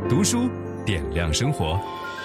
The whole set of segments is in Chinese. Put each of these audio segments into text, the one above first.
读书点亮生活。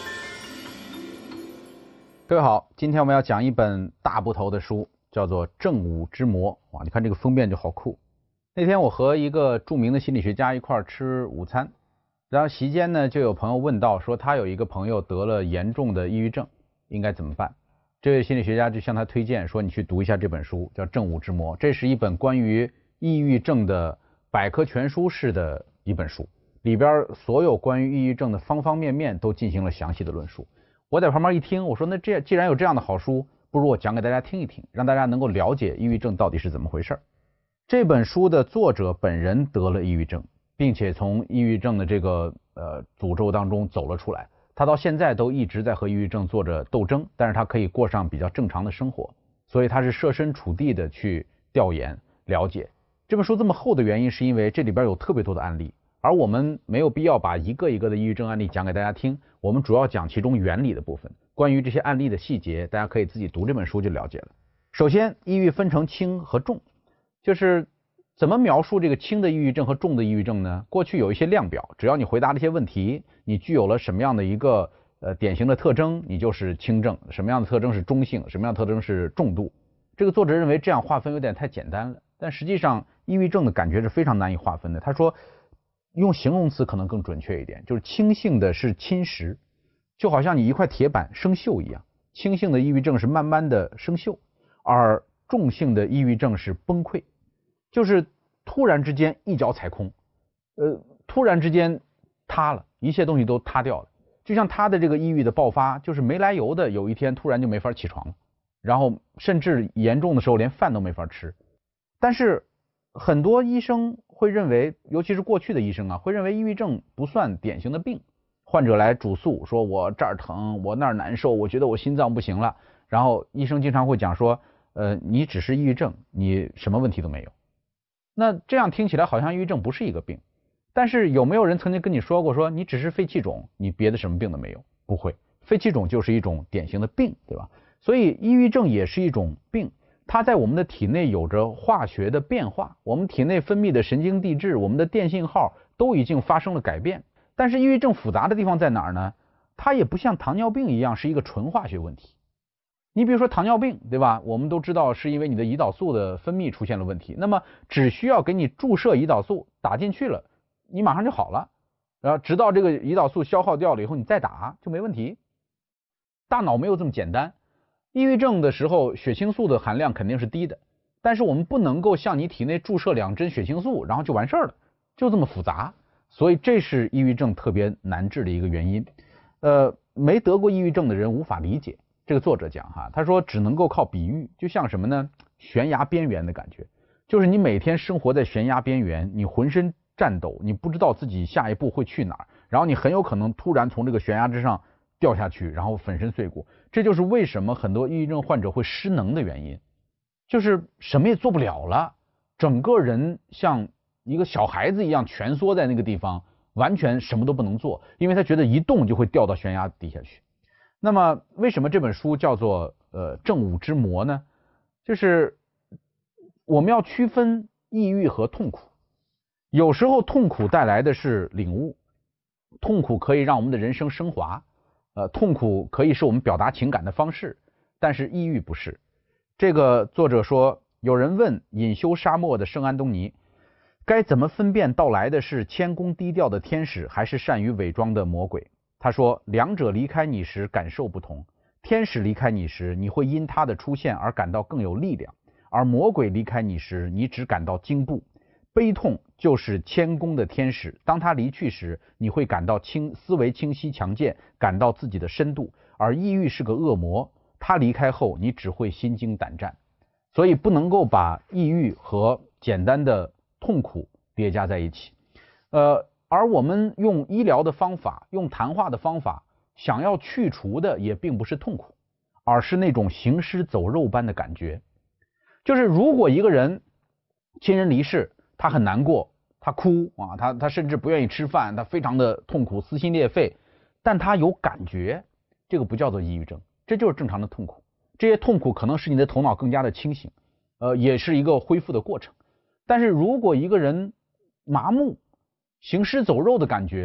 各位好，今天我们要讲一本大部头的书，叫做《正午之魔》。哇，你看这个封面就好酷。那天我和一个著名的心理学家一块吃午餐，然后席间呢，就有朋友问到说他有一个朋友得了严重的抑郁症，应该怎么办？这位心理学家就向他推荐说，你去读一下这本书，叫《正午之魔》。这是一本关于抑郁症的百科全书式的一本书，里边所有关于抑郁症的方方面面都进行了详细的论述。我在旁边一听，我说那既然有这样的好书，不如我讲给大家听一听，让大家能够了解抑郁症到底是怎么回事。这本书的作者本人得了抑郁症，并且从抑郁症的这个诅咒当中走了出来。他到现在都一直在和抑郁症做着斗争，但是他可以过上比较正常的生活，所以他是设身处地的去调研了解。这本书这么厚的原因是因为这里边有特别多的案例，而我们没有必要把一个一个的抑郁症案例讲给大家听，我们主要讲其中原理的部分。关于这些案例的细节，大家可以自己读这本书就了解了。首先，抑郁分成轻和重，就是怎么描述这个轻的抑郁症和重的抑郁症呢？过去有一些量表，只要你回答这些问题，你具有了什么样的一个典型的特征，你就是轻症；什么样的特征是中性，什么样的特征是重度。这个作者认为这样划分有点太简单了，但实际上抑郁症的感觉是非常难以划分的。他说用形容词可能更准确一点，就是轻性的是侵蚀，就好像你一块铁板生锈一样，轻性的抑郁症是慢慢的生锈，而重性的抑郁症是崩溃，就是突然之间一脚踩空，突然之间塌了，一切东西都塌掉了。就像他的这个抑郁的爆发，就是没来由的，有一天突然就没法起床了，然后甚至严重的时候连饭都没法吃。但是很多医生会认为，尤其是过去的医生啊，会认为抑郁症不算典型的病。患者来主诉说我这儿疼，我那儿难受，我觉得我心脏不行了，然后医生经常会讲说你只是抑郁症，你什么问题都没有。那这样听起来好像抑郁症不是一个病，但是有没有人曾经跟你说过说你只是肺气肿，你别的什么病都没有？不会，肺气肿就是一种典型的病，对吧？所以抑郁症也是一种病，它在我们的体内有着化学的变化，我们体内分泌的神经递质，我们的电信号都已经发生了改变。但是抑郁症复杂的地方在哪儿呢？它也不像糖尿病一样是一个纯化学问题。你比如说糖尿病，对吧？我们都知道是因为你的胰岛素的分泌出现了问题，那么只需要给你注射胰岛素打进去了，你马上就好了，然后直到这个胰岛素消耗掉了以后你再打就没问题。大脑没有这么简单，抑郁症的时候血清素的含量肯定是低的，但是我们不能够向你体内注射2针血清素然后就完事儿了，就这么复杂。所以这是抑郁症特别难治的一个原因。没得过抑郁症的人无法理解。这个作者讲哈，他说只能够靠比喻，就像什么呢？悬崖边缘的感觉，就是你每天生活在悬崖边缘，你浑身颤抖，你不知道自己下一步会去哪儿，然后你很有可能突然从这个悬崖之上掉下去，然后粉身碎骨。这就是为什么很多抑郁症患者会失能的原因，就是什么也做不了了，整个人像一个小孩子一样蜷缩在那个地方，完全什么都不能做，因为他觉得一动就会掉到悬崖底下去。那么为什么这本书叫做正午之魔呢？就是我们要区分抑郁和痛苦。有时候痛苦带来的是领悟，痛苦可以让我们的人生升华，痛苦可以是我们表达情感的方式，但是抑郁不是。这个作者说，有人问隐修沙漠的圣安东尼，该怎么分辨到来的是谦恭低调的天使，还是善于伪装的魔鬼？他说，两者离开你时感受不同，天使离开你时，你会因他的出现而感到更有力量，而魔鬼离开你时，你只感到惊怖。悲痛就是谦恭的天使，当他离去时，你会感到思维清晰强健，感到自己的深度，而抑郁是个恶魔，他离开后，你只会心惊胆战。所以不能够把抑郁和简单的痛苦叠加在一起。而我们用医疗的方法，用谈话的方法，想要去除的也并不是痛苦，而是那种行尸走肉般的感觉。就是如果一个人亲人离世，他很难过，他哭啊，他甚至不愿意吃饭，他非常的痛苦，撕心裂肺，但他有感觉，这个不叫做抑郁症，这就是正常的痛苦。这些痛苦可能使你的头脑更加的清醒，也是一个恢复的过程。但是如果一个人麻木、行尸走肉的感觉，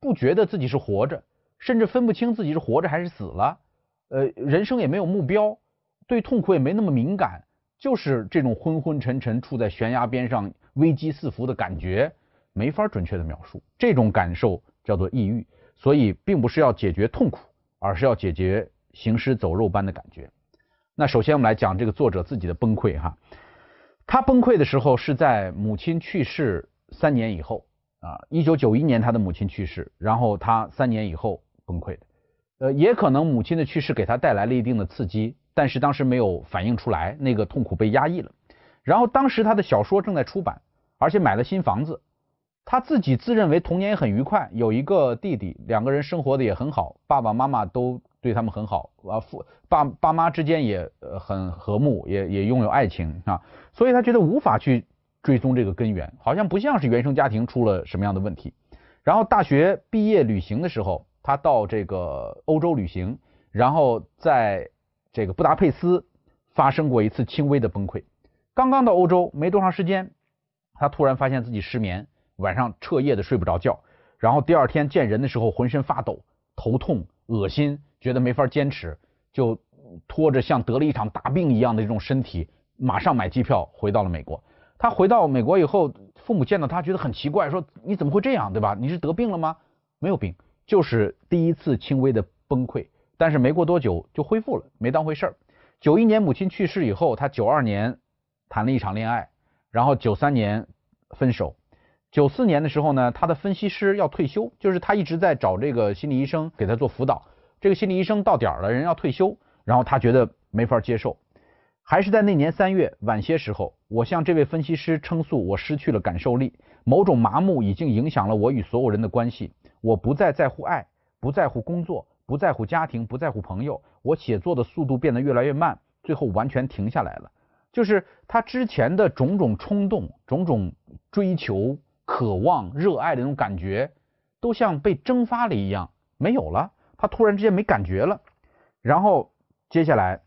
不觉得自己是活着，甚至分不清自己是活着还是死了，人生也没有目标，对痛苦也没那么敏感，就是这种昏昏沉沉处在悬崖边上危机四伏的感觉，没法准确的描述。这种感受叫做抑郁，所以并不是要解决痛苦，而是要解决行尸走肉般的感觉。那首先我们来讲这个作者自己的崩溃哈，他崩溃的时候是在母亲去世3年以后，1991年他的母亲去世，然后他3年以后崩溃的。也可能母亲的去世给他带来了一定的刺激，但是当时没有反映出来，那个痛苦被压抑了。然后当时他的小说正在出版，而且买了新房子，他自己自认为童年也很愉快，有一个弟弟，2个人生活的也很好，爸爸妈妈都对他们很好爸妈之间也很和睦，也拥有爱情所以他觉得无法去追踪这个根源，好像不像是原生家庭出了什么样的问题。然后大学毕业旅行的时候，他到这个欧洲旅行，然后在这个布达佩斯发生过一次轻微的崩溃。刚刚到欧洲没多长时间，他突然发现自己失眠，晚上彻夜的睡不着觉，然后第二天见人的时候浑身发抖，头痛恶心，觉得没法坚持，就拖着像得了一场大病一样的这种身体，马上买机票回到了美国。他回到美国以后，父母见到他觉得很奇怪，说你怎么会这样，对吧？你是得病了吗？没有病，就是第一次轻微的崩溃，但是没过多久就恢复了，没当回事儿。91年母亲去世以后，他92年谈了一场恋爱，然后93年分手。94年的时候呢，他的分析师要退休，就是他一直在找这个心理医生给他做辅导，这个心理医生到点了，人要退休，然后他觉得没法接受。还是在那年3月晚些时候，我向这位分析师称诉我失去了感受力，某种麻木已经影响了我与所有人的关系，我不再在乎爱，不在乎工作，不在乎家庭，不在乎朋友，我写作的速度变得越来越慢，最后完全停下来了。就是他之前的种种冲动，种种追求、渴望、热爱的那种感觉，都像被蒸发了一样，没有了，他突然之间没感觉了。然后接下来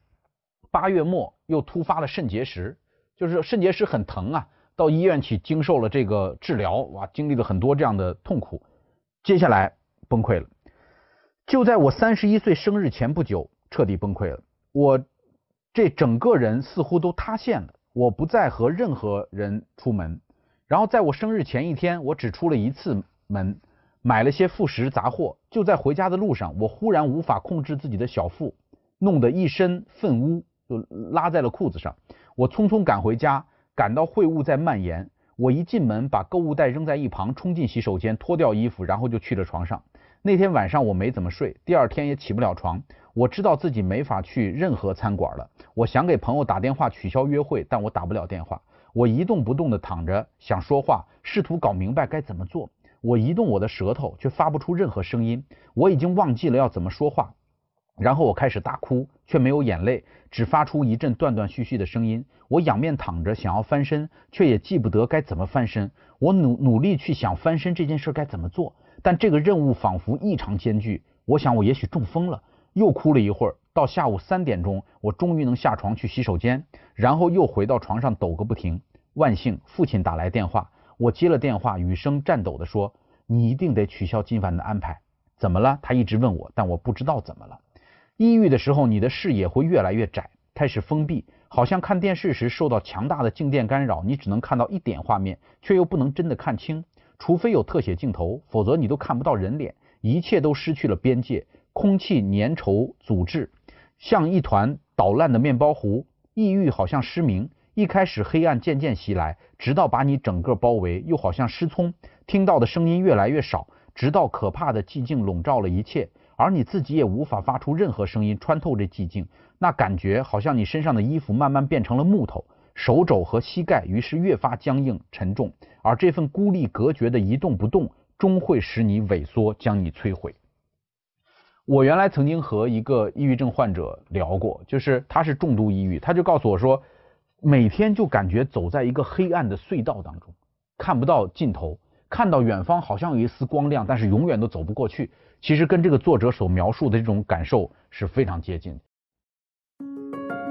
8月末又突发了肾结石，就是肾结石很疼啊，到医院去经受了这个治疗，哇，经历了很多这样的痛苦，接下来崩溃了。就在我31岁生日前不久，彻底崩溃了。我这整个人似乎都塌陷了，我不再和任何人出门。然后在我生日前一天，我只出了1次门，买了些副食杂货。就在回家的路上，我忽然无法控制自己的小腹，弄得一身粪污，就拉在了裤子上。我匆匆赶回家，感到秽物在蔓延。我一进门，把购物袋扔在一旁，冲进洗手间，脱掉衣服，然后就去了床上。那天晚上我没怎么睡，第二天也起不了床。我知道自己没法去任何餐馆了。我想给朋友打电话取消约会，但我打不了电话。我一动不动地躺着，想说话，试图搞明白该怎么做。我移动我的舌头，却发不出任何声音。我已经忘记了要怎么说话。然后我开始大哭，却没有眼泪，只发出一阵断断续续的声音。我仰面躺着，想要翻身，却也记不得该怎么翻身。我努力去想翻身这件事该怎么做，但这个任务仿佛异常艰巨。我想我也许中风了，又哭了一会儿。到下午3点钟，我终于能下床去洗手间，然后又回到床上抖个不停。万幸，父亲打来电话，我接了电话，语声颤抖地说：“你一定得取消今晚的安排。”怎么了？他一直问我，但我不知道怎么了。抑郁的时候，你的视野会越来越窄，开始封闭，好像看电视时受到强大的静电干扰，你只能看到一点画面，却又不能真的看清，除非有特写镜头，否则你都看不到人脸，一切都失去了边界，空气粘稠阻滞，像一团捣烂的面包糊。抑郁好像失明，一开始黑暗渐渐袭来，直到把你整个包围，又好像失聪，听到的声音越来越少，直到可怕的寂静笼罩了一切，而你自己也无法发出任何声音穿透这寂静。那感觉好像你身上的衣服慢慢变成了木头，手肘和膝盖于是越发僵硬沉重，而这份孤立隔绝的一动不动终会使你萎缩，将你摧毁。我原来曾经和一个抑郁症患者聊过，就是他是重度抑郁，他就告诉我说，每天就感觉走在一个黑暗的隧道当中，看不到尽头，看到远方好像有一丝光亮，但是永远都走不过去。其实跟这个作者所描述的这种感受是非常接近的。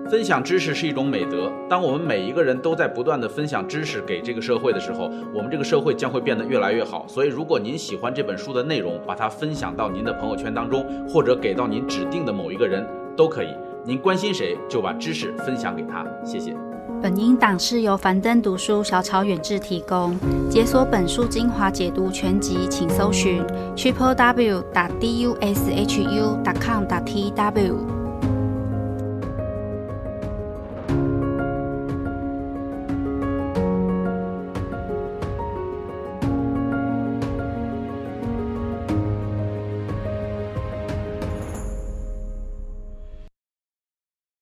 分享知识是一种美德，当我们每一个人都在不断的分享知识给这个社会的时候，我们这个社会将会变得越来越好。所以如果您喜欢这本书的内容，把它分享到您的朋友圈当中，或者给到您指定的某一个人都可以。您关心谁，就把知识分享给他。谢谢。 本音档是由樊登读书小草远志提供。解锁本书精华解读全集，请搜寻 www.dushu.com.tw